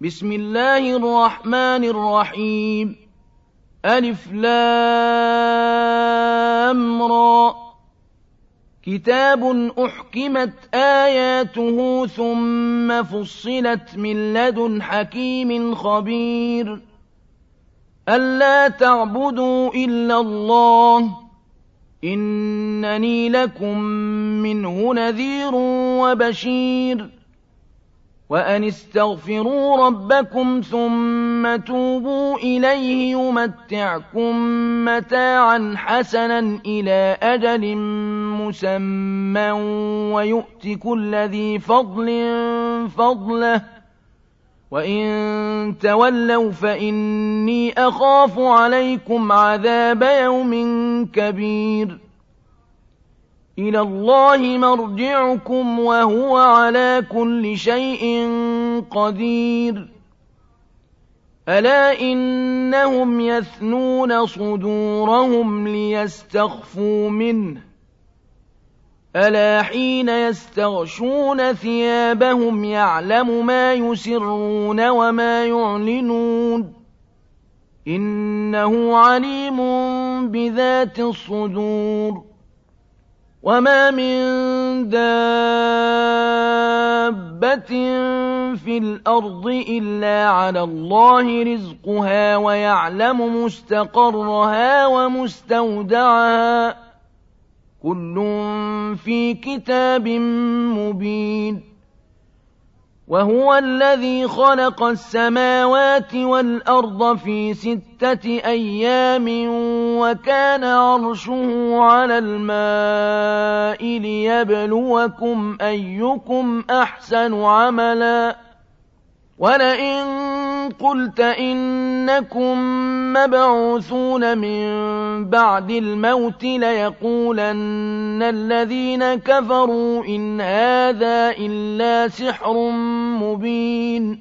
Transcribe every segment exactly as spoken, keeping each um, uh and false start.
بسم الله الرحمن الرحيم ألف لام را كتاب أحكمت آياته ثم فصلت من لدن حكيم خبير ألا تعبدوا إلا الله إنني لكم منه نذير وبشير وأن استغفروا ربكم ثم توبوا إليه يمتعكم متاعا حسنا إلى أجل مسمى ويؤت كل ذي فضل فضله وإن تولوا فإني أخاف عليكم عذاب يوم كبير إلى الله مرجعكم وهو على كل شيء قدير ألا إنهم يثنون صدورهم ليستخفوا منه ألا حين يستغشون ثيابهم يعلم ما يسرون وما يعلنون إنه عليم بذات الصدور وما من دابة في الأرض إلا على الله رزقها ويعلم مستقرها ومستودعها كل في كتاب مبين وهو الذي خلق السماوات والأرض في ستة أيام وكان عرشه على الماء ليبلوكم أيكم أحسن عملا ولئن قلت إنكم مبعوثون من بعد الموت ليقولن الذين كفروا إن هذا إلا سحر مبين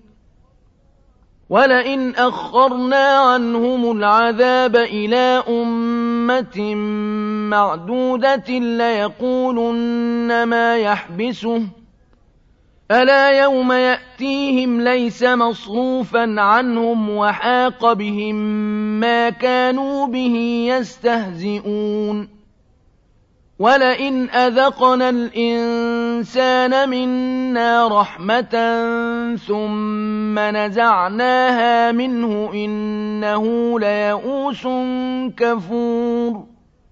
ولئن أخرنا عنهم العذاب إلى أمة معدودة ليقولن ما يحبسه ألا يوم يأتيهم ليس مصروفا عنهم وحاق بهم ما كانوا به يستهزئون ولئن أذقنا الإنسان منا رحمة ثم نزعناها منه إنه ليئوس كفور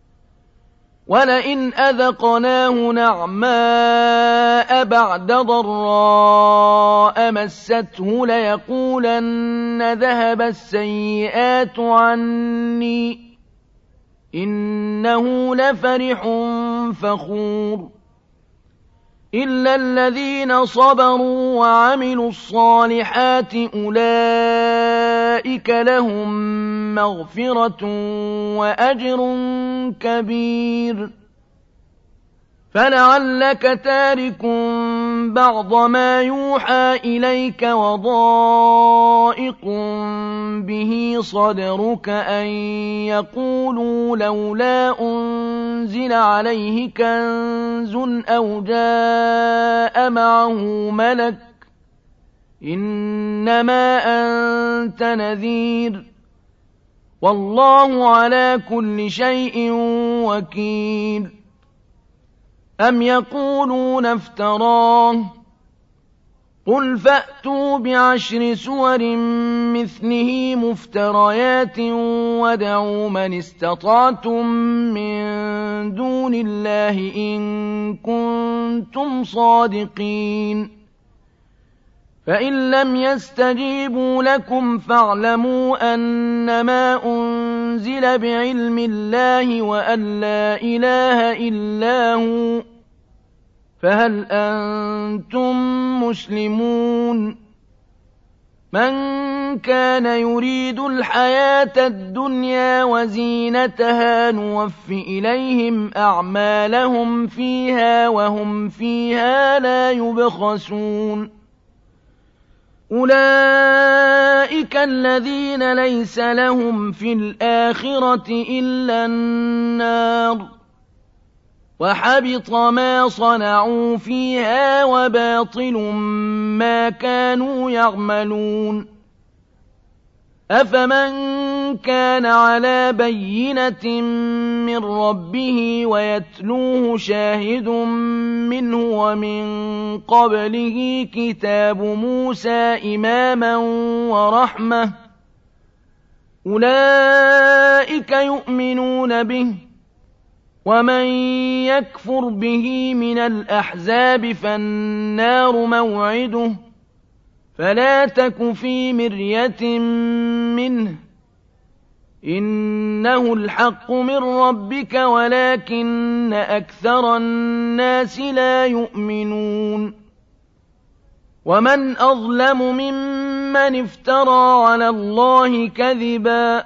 ولئن أذقناه نعماء بعد ضراء مسته ليقولن ذهب السيئات عني إنه لفرح فخور إلا الذين صبروا وعملوا الصالحات أولئك لهم مغفرة وأجر كبير فلعلك تارك بعض ما يوحى إليك وضائق به صدرك أن يقولوا لولا أنزل عليه كنز أو جاء معه ملك إنما أنت نذير والله على كل شيء وكيل أم يقولون افتراه قل فأتوا بعشر سور مثله مفتريات وادعوا من استطعتم من دون الله إن كنتم صادقين فإن لم يستجيبوا لكم فاعلموا أنما أنزل بعلم الله وأن لا إله إلا هو فهل أنتم مسلمون من كان يريد الحياة الدنيا وزينتها نوف إليهم أعمالهم فيها وهم فيها لا يبخسون أولئك الذين ليس لهم في الآخرة إلا النار وحبط ما صنعوا فيها وباطل ما كانوا يعملون أفمن كان على بينة من ربه ويتلوه شاهد منه ومن قبله كتاب موسى إماما ورحمة أولئك يؤمنون به ومن يكفر به من الأحزاب فالنار موعده فلا تك في مرية منه إنه الحق من ربك ولكن أكثر الناس لا يؤمنون ومن أظلم ممن افترى على الله كذبا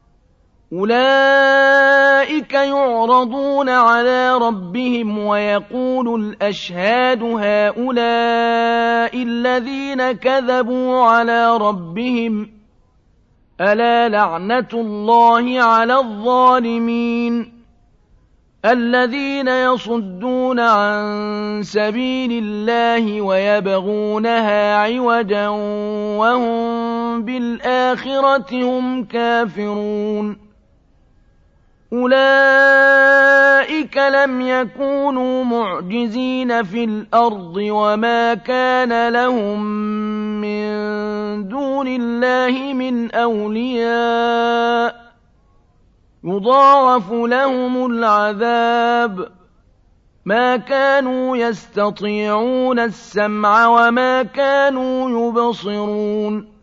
أولئك يعرضون على ربهم ويقول الأشهاد هؤلاء الذين كذبوا على ربهم ألا لعنة الله على الظالمين الذين يصدون عن سبيل الله ويبغونها عوجا وهم بالآخرة هم كافرون أولئك لم يكونوا معجزين في الأرض وما كان لهم من دون الله من أولياء يضاعف لهم العذاب ما كانوا يستطيعون السمع وما كانوا يبصرون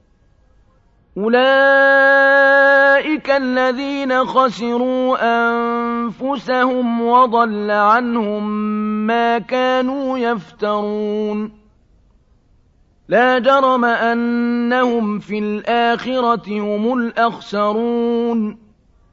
أولئك الذين خسروا أنفسهم وضل عنهم ما كانوا يفترون لا جرم أنهم في الآخرة هم الأخسرون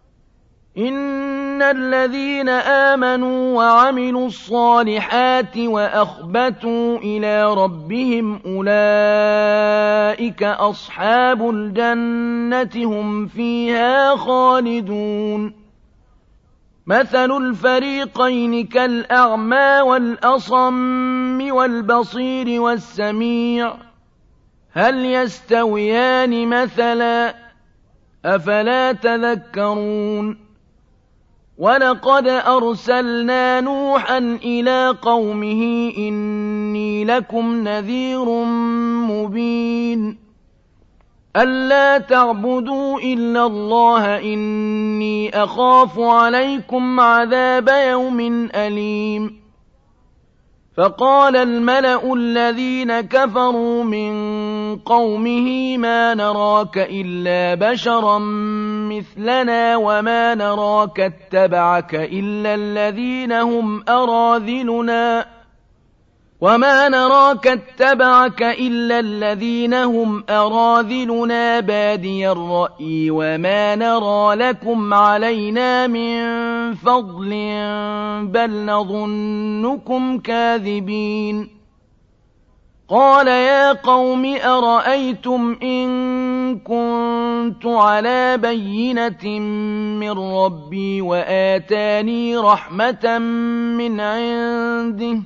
إن الذين آمنوا وعملوا الصالحات وأخبتوا إلى ربهم أولئك أصحاب الجنة هم فيها خالدون مثل الفريقين كالأعمى والأصم والبصير والسميع هل يستويان مثلا أفلا تذكرون ولقد أرسلنا نوحا إلى قومه إني لكم نذير مبين ألا تعبدوا إلا الله إني أخاف عليكم عذاب يوم أليم فقال الملأ الذين كفروا من قومه ما نراك إلا بشرا مثلنا وما نراك اتبعك إلا الذين هم أراذلنا وما نراك اتبعك إلا الذين هم أراذلنا بادي الرأي وما نرى لكم علينا من فضل بل نظنكم كاذبين قال يا قوم أرأيتم إن كنت على بينة من ربي وآتاني رحمة من عنده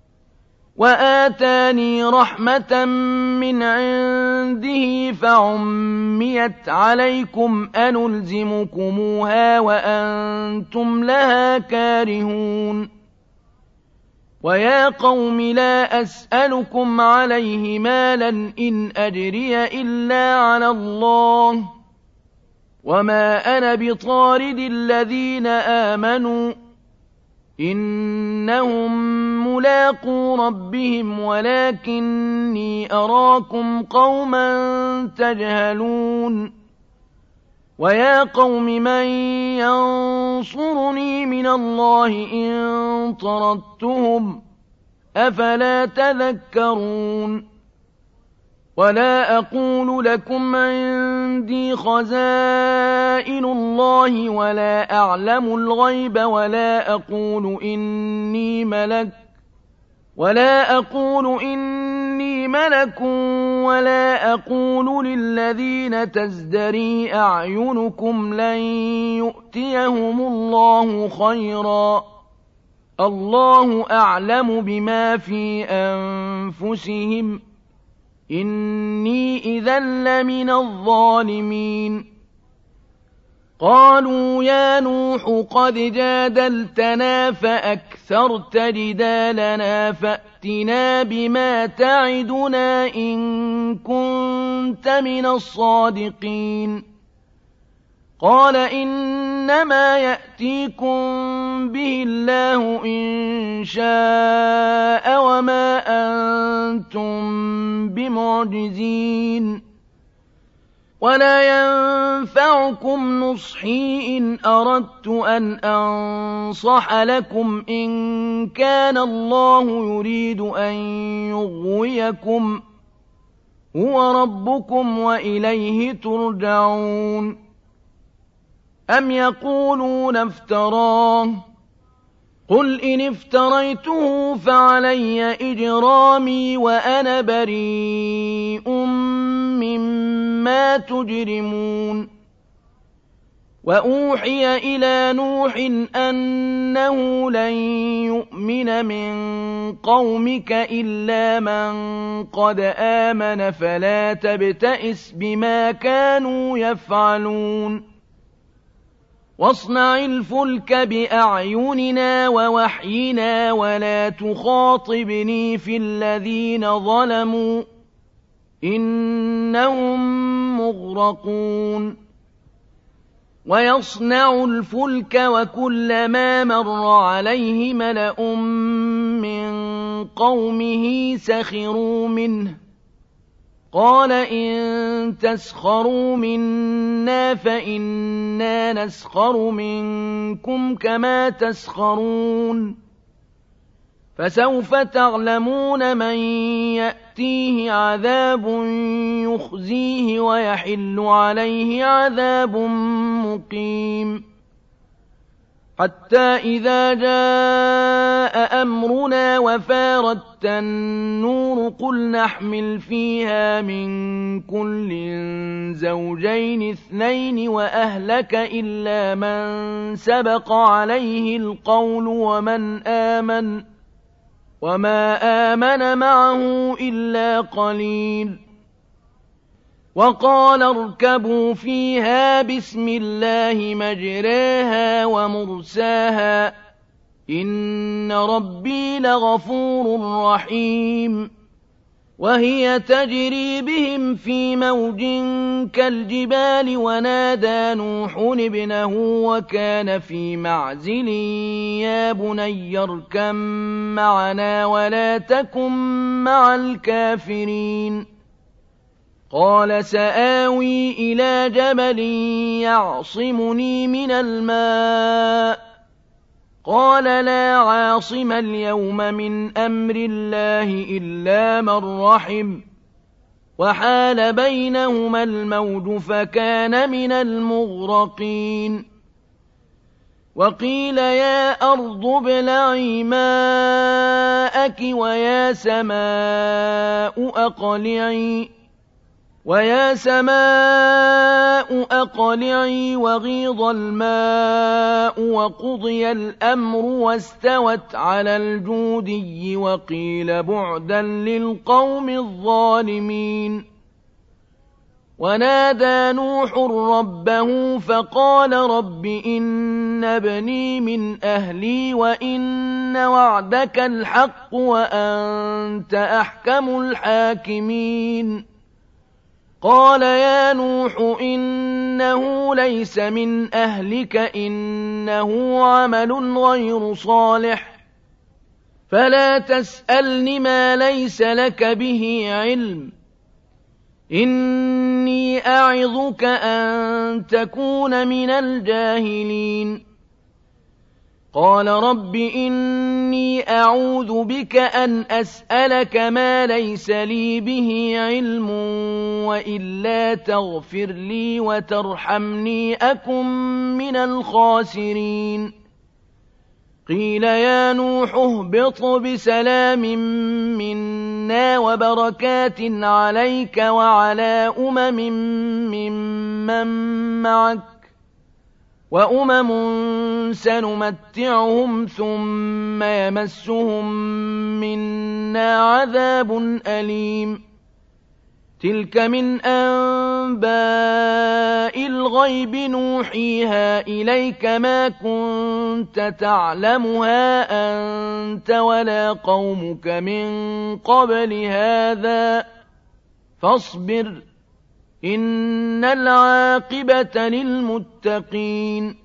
وآتاني رحمة من عنده فعميت عليكم أنلزمكموها وأنتم لها كارهون ويا قوم لا أسألكم عليه مالا إن أجري إلا على الله وما أنا بطارد الذين آمنوا إنهم ملاقو ربهم ولكني أراكم قوما تجهلون ويا قوم من ينصرني من الله إن طردتهم أفلا تذكرون ولا أقول لكم عندي خزائن الله ولا أعلم الغيب ولا أقول إني ملك ولا أقول إني ملك ولا أقول للذين تزدري أعينكم لن يؤتيهم الله خيرا الله أعلم بما في أنفسهم إني إذا لمن الظالمين قالوا يا نوح قد جادلتنا فأكثرت جدالنا فأتنا بما تعدنا إن كنت من الصادقين قال إنما يأتيكم به الله إن شاء وما أنتم بمعجزين ولا ينفعكم نصحي إن أردت أن أنصح لكم إن كان الله يريد أن يغويكم هو ربكم وإليه ترجعون أم يقولون افتراه قل إن افتريته فعلي إجرامي وأنا بريء مما تجرمون وأوحي إلى نوح أنه لن يؤمن من قومك إلا من قد آمن فلا تبتئس بما كانوا يفعلون واصنع الفلك بأعيننا ووحينا ولا تخاطبني في الذين ظلموا إنهم مغرقون ويصنع الفلك وكلما مر عليه ملأ من قومه سخروا منه قال إن تسخروا منا فإنا نسخر منكم كما تسخرون فسوف تعلمون من يأتيه عذاب يخزيه ويحل عليه عذاب مقيم حتى إذا جاء أمرنا وفارت النور قل نحمل فيها من كل زوجين اثنين وأهلك إلا من سبق عليه القول ومن آمن وما آمن معه إلا قليل وقال اركبوا فيها بسم الله مجراها ومرساها إن ربي لغفور رحيم وهي تجري بهم في موج كالجبال ونادى نوح ابنه وكان في معزل يا بني اركب معنا ولا تكن مع الكافرين قال سآوي إلى جبل يعصمني من الماء قال لا عاصم اليوم من أمر الله إلا من رحم وحال بينهما الموج فكان من المغرقين وقيل يا أرض ابلعي ماءك ويا سماء أقلعي ويا سماء أقلعي وغيض الماء وقضي الأمر واستوت على الجودي وقيل بعدا للقوم الظالمين ونادى نوح ربه فقال رب إن ابني من أهلي وإن وعدك الحق وأنت أحكم الحاكمين قال يا نوح إنه ليس من أهلك إنه عمل غير صالح فلا تسألني ما ليس لك به علم إني أعظك أن تكون من الجاهلين قال رب إني أعوذ بك أن أسألك ما ليس لي به علم وإلا تغفر لي وترحمني أكن من الخاسرين قيل يا نوح اهبط بسلام منا وبركات عليك وعلى أمم ممن معك وأمم سنمتعهم ثم يمسهم منا عذاب أليم تلك من أنباء الغيب نوحيها إليك ما كنت تعلمها أنت ولا قومك من قبل هذا فاصبر إن العاقبة للمتقين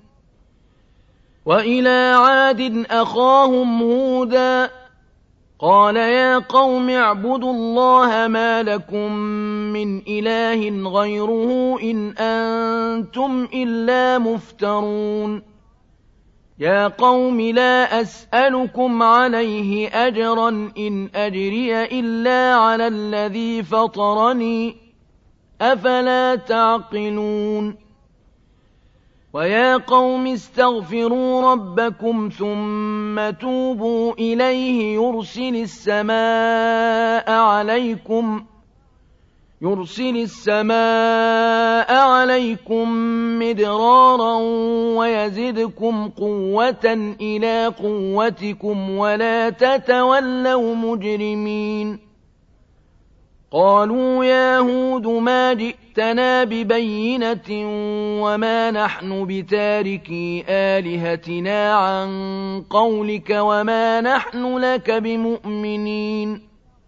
وإلى عاد أخاهم هودا قال يا قوم اعبدوا الله ما لكم من إله غيره إن أنتم إلا مفترون يا قوم لا أسألكم عليه أجرا إن أجري إلا على الذي فطرني أفلا تعقلون ويا قوم استغفروا ربكم ثم توبوا إليه يرسل السماء عليكم يرسل السماء عليكم مدرارا ويزدكم قوة إلى قوتكم ولا تتولوا مجرمين قالوا يا هود ما جئتنا ببينة وما نحن بتاركي آلهتنا عن قولك وما نحن لك بمؤمنين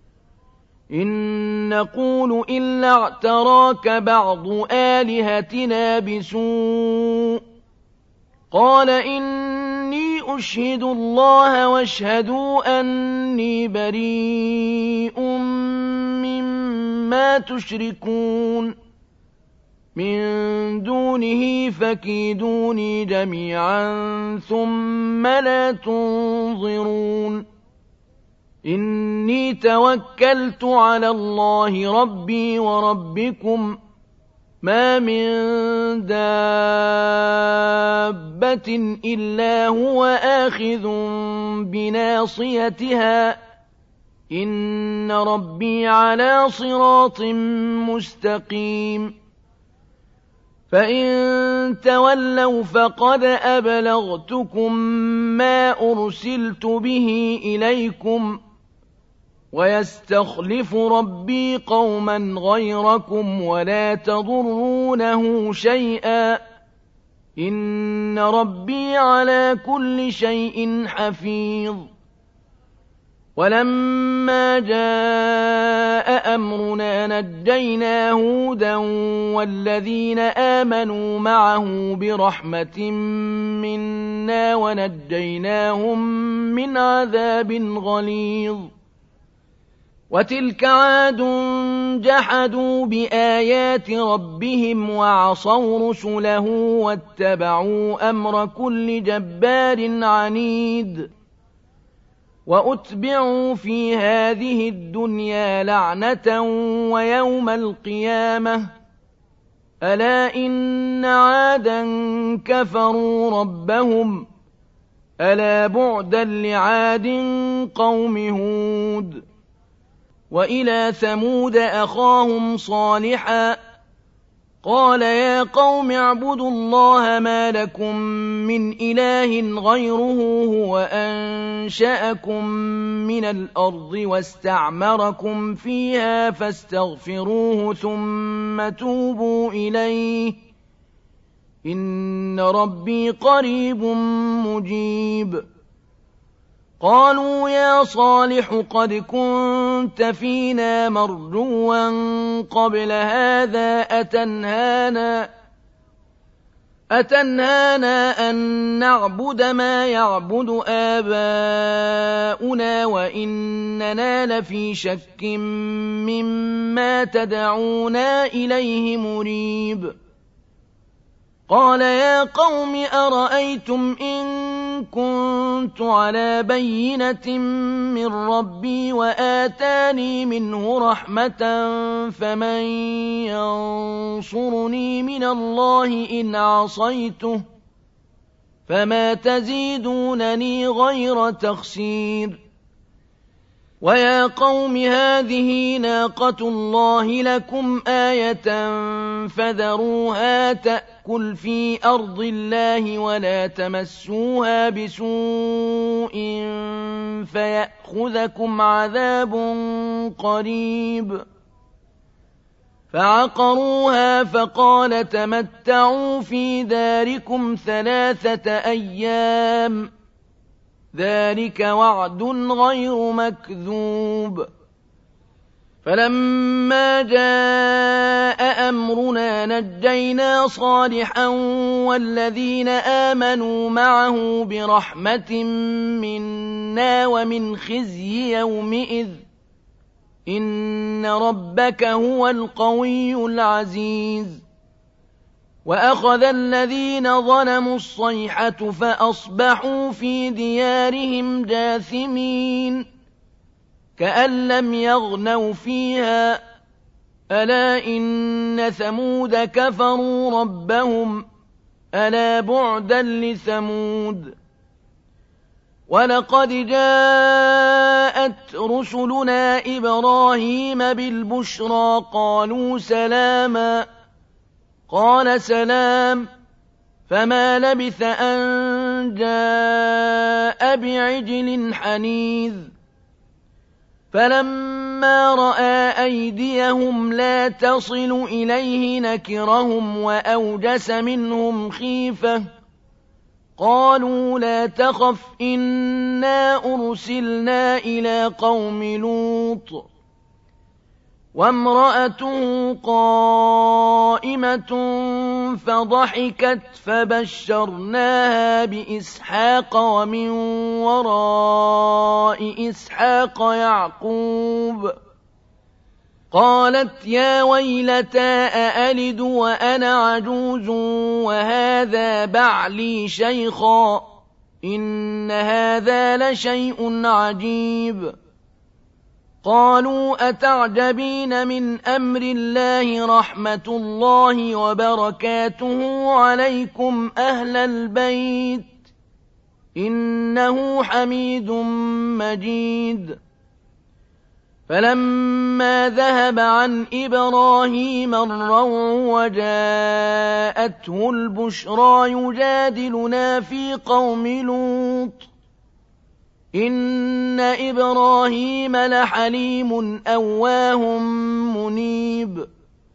إن نقول إلا اعتراك بعض آلهتنا بسوء قال إني أشهد الله واشهدوا أني بريء مما تشركون من دونه فكيدوني جميعا ثم لا تنظرون إني توكلت على الله ربي وربكم ما من دابة إلا هو آخذ بناصيتها إن ربي على صراط مستقيم فإن تولوا فقد أبلغتكم ما أرسلت به إليكم ويستخلف ربي قوما غيركم ولا تضرونه شيئا إن ربي على كل شيء حفيظ ولما جاء أمرنا نجينا هودا والذين آمنوا معه برحمة منا ونجيناهم من عذاب غليظ وتلك عاد جحدوا بآيات ربهم وعصوا رسله واتبعوا أمر كل جبار عنيد وأتبعوا في هذه الدنيا لعنة ويوم القيامة ألا إن عادا كفروا ربهم ألا بعدا لعاد قوم هود وإلى ثمود أخاهم صالحا قال يا قوم اعبدوا الله ما لكم من إله غيره هو أنشأكم من الأرض واستعمركم فيها فاستغفروه ثم توبوا إليه إن ربي قريب مجيب قالوا يا صالح قد كنت فينا مرجوا قبل هذا أتنهانا أتنهانا أن نعبد ما يعبد آباؤنا وإننا لفي شك مما تدعونا إليه مريب قال يا قوم أرأيتم إن كنت على بينة من ربي وآتاني منه رحمة فمن ينصرني من الله إن عصيته فما تزيدونني غير تخسير ويا قوم هذه ناقة الله لكم آية فذروها تأتي تأكل في أرض الله ولا تمسوها بسوء فيأخذكم عذاب قريب. فعقروها فقال تمتعوا في داركم ثلاثة أيام ذلك وعد غير مكذوب. فلما جاء أمرنا نجينا صالحا والذين آمنوا معه برحمة منا ومن خزي يومئذ إن ربك هو القوي العزيز. وأخذ الذين ظلموا الصيحة فأصبحوا في ديارهم جاثمين كأن لم يغنوا فيها ألا إن ثمود كفروا ربهم ألا بعدا لثمود. ولقد جاءت رسلنا إبراهيم بالبشرى قالوا سلاما قال سلام فما لبث أن جاء بعجل حنيذ. فلما رأى أيديهم لا تصل إليه نكرهم وأوجس منهم خيفة قالوا لا تخف إنا أرسلنا إلى قوم لوط وامرأته قائمة فضحكت فبشرناها بإسحاق ومن وراء إسحاق يعقوب. قالت يا ويلتى أألد وأنا عجوز وهذا بعلي شيخا إن هذا لشيء عجيب. قالوا أتعجبين من أمر الله رحمة الله وبركاته عليكم أهل البيت إنه حميد مجيد. فلما ذهب عن إبراهيم الروع وجاءته البشرى يجادلنا في قوم لوط إن إبراهيم لحليم أواه منيب.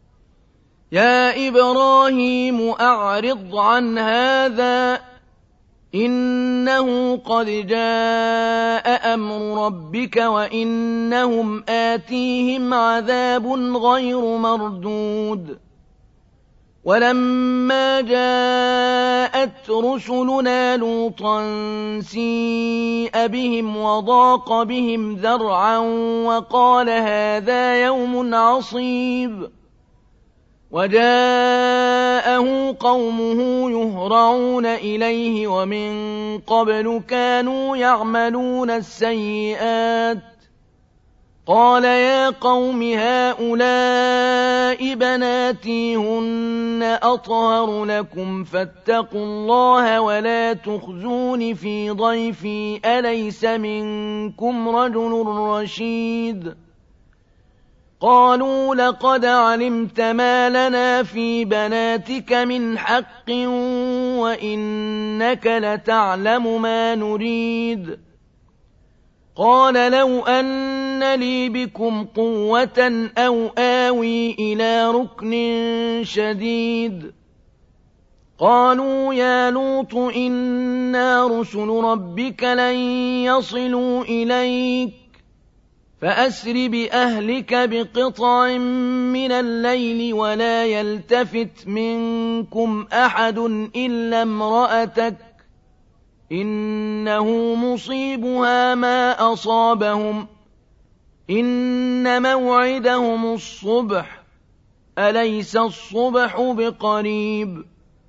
يا إبراهيم أعرض عن هذا إنه قد جاء أمر ربك وإنهم آتيهم عذاب غير مردود. ولما جاءت رسلنا لوطا سيء بهم وضاق بهم ذرعا وقال هذا يوم عصيب. وجاءه قومه يهرعون إليه ومن قبل كانوا يعملون السيئات قال يا قوم هؤلاء بناتي هن أطهر لكم فاتقوا الله ولا تخزون في ضيفي أليس منكم رجل رشيد. قالوا لقد علمت ما لنا في بناتك من حق وإنك لتعلم ما نريد. قال لو أن لي بكم قوة أو آوي إلى ركن شديد. قالوا يا لوط إنا رسل ربك لن يصلوا إليك فأسر بأهلك بقطع من الليل ولا يلتفت منكم أحد إلا امرأتك إنه مصيبها ما أصابهم إن موعدهم الصبح أليس الصبح بقريب.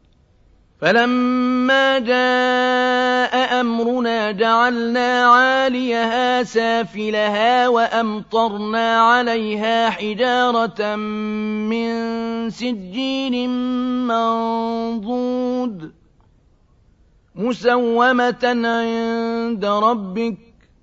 فلما جاء أمرنا جعلنا عاليها سافلها وأمطرنا عليها حجارة من سجيل منضود مسومة عند ربك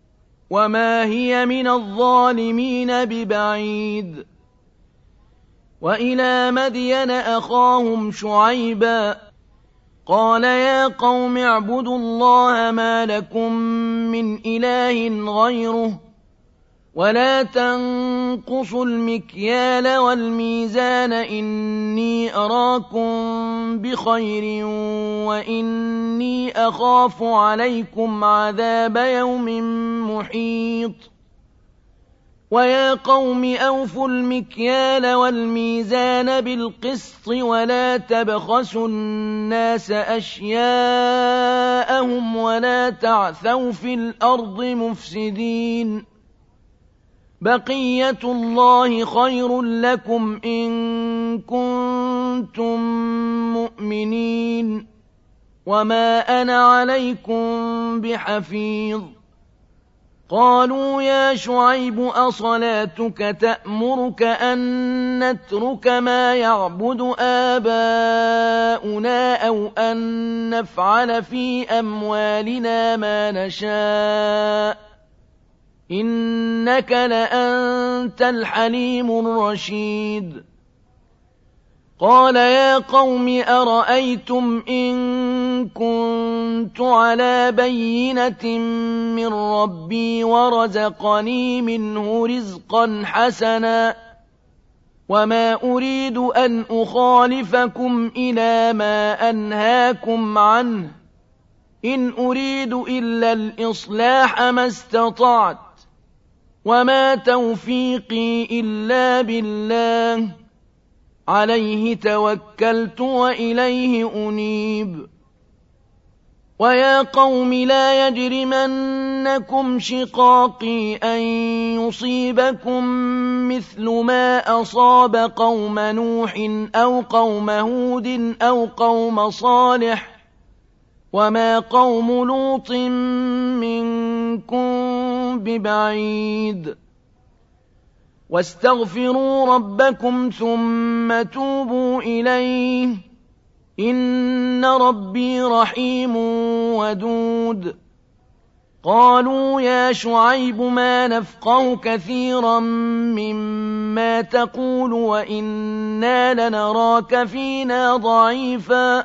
وما هي من الظالمين ببعيد. وإلى مدين أخاهم شعيبا قال يا قوم اعبدوا الله ما لكم من إله غيره ولا تنقصوا المكيال والميزان إني أراكم بخير وإني أخاف عليكم عذاب يوم محيط ويا قوم أوفوا المكيال والميزان بالقسط ولا تبخسوا الناس أشياءهم ولا تعثوا في الأرض مفسدين بقية الله خير لكم إن كنتم مؤمنين وما أنا عليكم بحفيظ قالوا يا شعيب أصلاتك تأمرك أن نترك ما يعبد آباؤنا أو أن نفعل في أموالنا ما نشاء إنك لأنت الحليم الرشيد قال يا قوم أرأيتم إن كنت على بينة من ربي ورزقني منه رزقا حسنا وما أريد أن أخالفكم إلى ما أنهاكم عنه إن أريد إلا الإصلاح ما استطعت وما توفيقي إلا بالله عليه توكلت وإليه أنيب ويا قوم لا يجرمنكم شقاقي أن يصيبكم مثل ما أصاب قوم نوح أو قوم هود أو قوم صالح وما قوم لوط منكم ببعيد واستغفروا ربكم ثم توبوا إليه إن ربي رحيم ودود قالوا يا شعيب ما نفقه كثيرا مما تقول وإنا لنراك فينا ضعيفا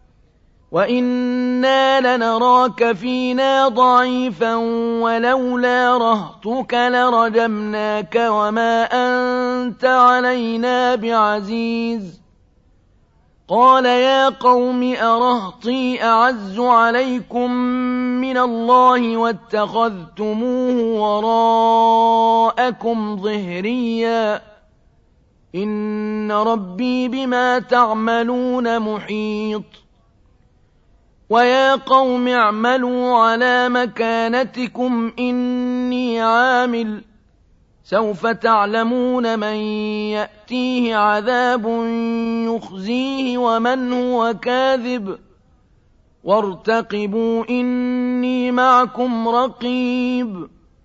وإنا لنراك فينا ضعيفا ولولا رهطك لرجمناك وما أنت علينا بعزيز قال يا قوم أرهطي أعز عليكم من الله واتخذتموه وراءكم ظهريا إن ربي بما تعملون محيط ويا قوم اعملوا على مكانتكم إني عامل سوف تعلمون من يأتيه عذاب يخزيه ومن هو كاذب وارتقبوا إني معكم رقيب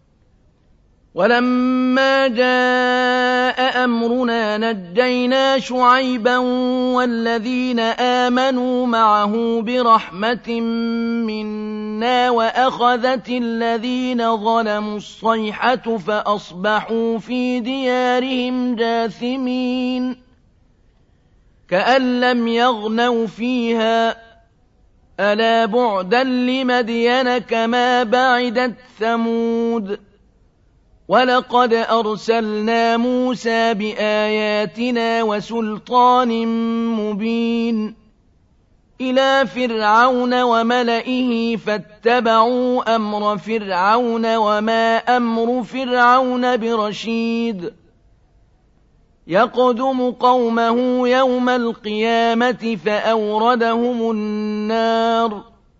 ولما جاء أمرنا نجينا شعيبا والذين آمنوا معه برحمة منا وأخذت الذين ظلموا الصيحة فأصبحوا في ديارهم جاثمين كأن لم يغنوا فيها ألا بعدا لمدين كما بعدت ثمود ولقد أرسلنا موسى بآياتنا وسلطان مبين إلى فرعون وملئه فاتبعوا أمر فرعون وما أمر فرعون برشيد يقدم قومه يوم القيامة فأوردهم النار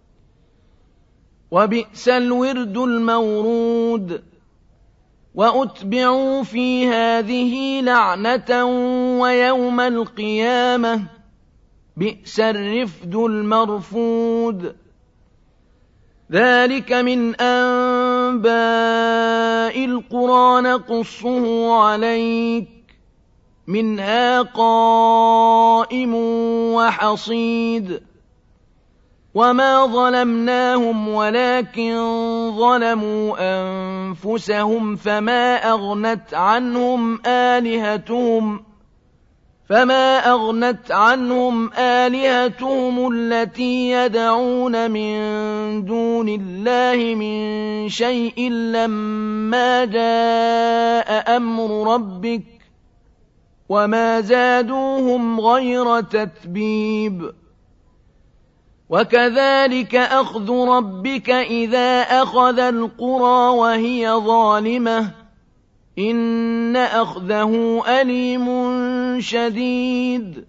وبئس الورد المورود وأتبعوا في هذه لعنة ويوم القيامة بئس الرفد المرفود ذلك من أنباء القرى نقصه عليك منها قائم وحصيد وما ظلمناهم ولكن ظلموا أنفسهم فما أغنت عنهم آلهتهم فما أغنت عنهم آلهتهم التي يدعون من دون الله من شيء لما جاء أمر ربك وما زادوهم غير تتبيب وكذلك أخذ ربك إذا أخذ القرى وهي ظالمة إن أخذه أليم شديد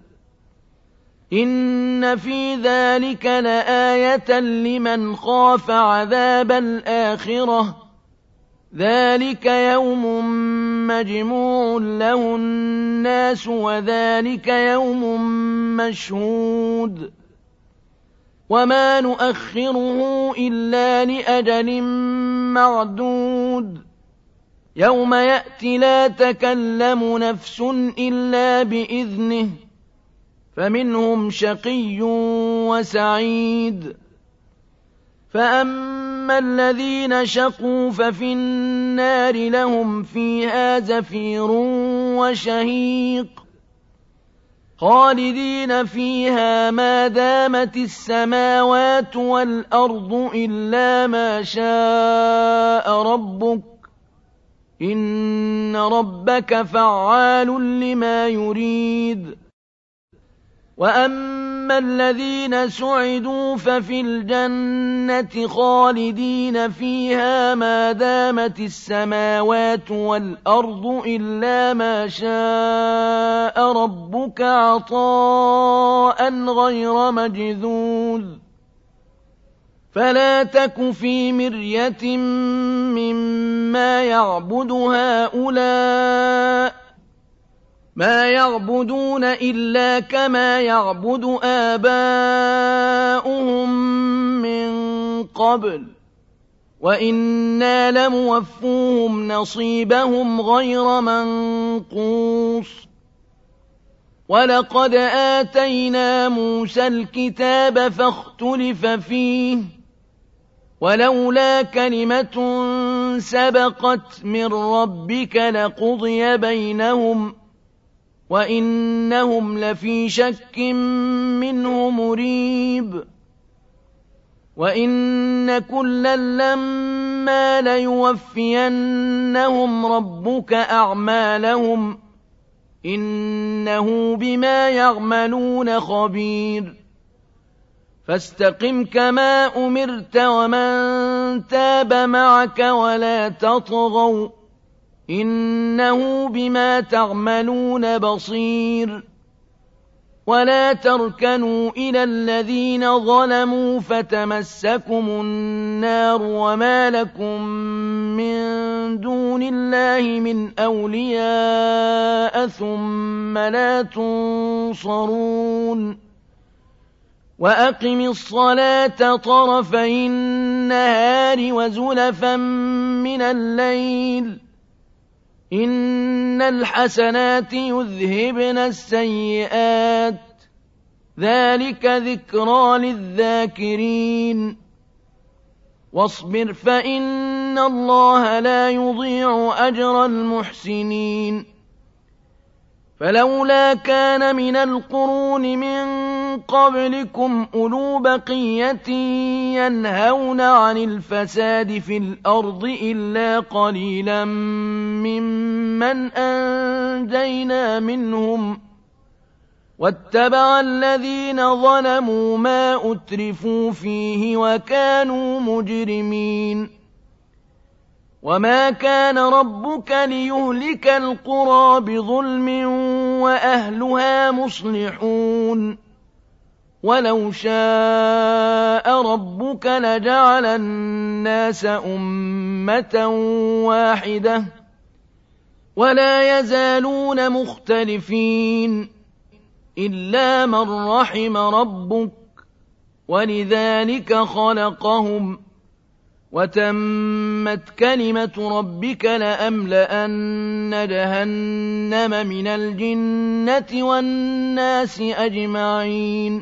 إن في ذلك لآية لمن خاف عذاب الآخرة ذلك يوم مجموع له الناس وذلك يوم مشهود وما نؤخره إلا لأجل معدود يوم يأتي لا تكلم نفس إلا بإذنه فمنهم شقي وسعيد فأما الذين شقوا ففي النار لهم فيها زفير وشهيق خالدين فيها ما دامت السماوات والأرض إلا ما شاء ربك إن ربك فعال لما يريد وأما الذين سعدوا ففي الجنة خالدين فيها ما دامت السماوات والأرض إلا ما شاء ربك عطاء غير مجذوذ فلا تك في مرية مما يعبد هؤلاء ما يعبدون إلا كما يعبد آباؤهم من قبل وإنا لموفوهم نصيبهم غير منقوص ولقد آتينا موسى الكتاب فاختلف فيه ولولا كلمة سبقت من ربك لقضي بينهم وإنهم لفي شك منه مريب وإن كلا لما ليوفينهم ربك أعمالهم إنه بما يعملون خبير فاستقم كما أمرت ومن تاب معك ولا تطغوا إنه بما تعملون بصير ولا تركنوا إلى الذين ظلموا فتمسكم النار وما لكم من دون الله من أولياء ثم لا تنصرون وأقم الصلاة طرفي النهار وزلفا من الليل إن الحسنات يذهبن السيئات ذلك ذكرى للذاكرين واصبر فإن الله لا يضيع أجر المحسنين فلولا كان من القرون من قبلكم أولو بقية ينهون عن الفساد في الأرض إلا قليلا ممن أنجينا منهم واتبع الذين ظلموا ما أترفوا فيه وكانوا مجرمين وما كان ربك ليهلك القرى بظلم وأهلها مصلحون ولو شاء ربك لجعل الناس أمة واحدة ولا يزالون مختلفين إلا من رحم ربك ولذلك خلقهم وتمت كلمة ربك لأملأن جهنم من الجنة والناس أجمعين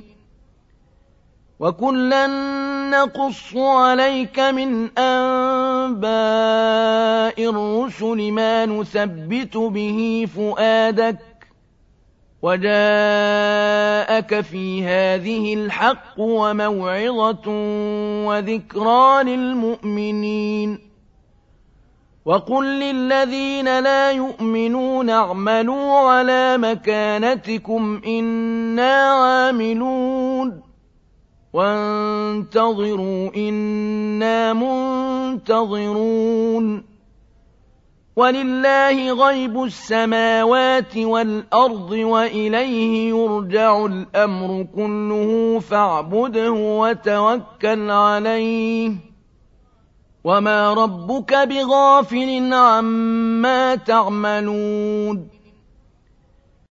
وكلا نقص عليك من أنباء الرسل ما نثبت به فؤادك وجاءك في هذه الحق وموعظة وذكرى للمؤمنين وقل للذين لا يؤمنون اعملوا على مكانتكم إنا عاملون وانتظروا إنا منتظرون ولله غيب السماوات والأرض وإليه يرجع الأمر كله فاعبده وتوكل عليه وما ربك بغافل عما تعملون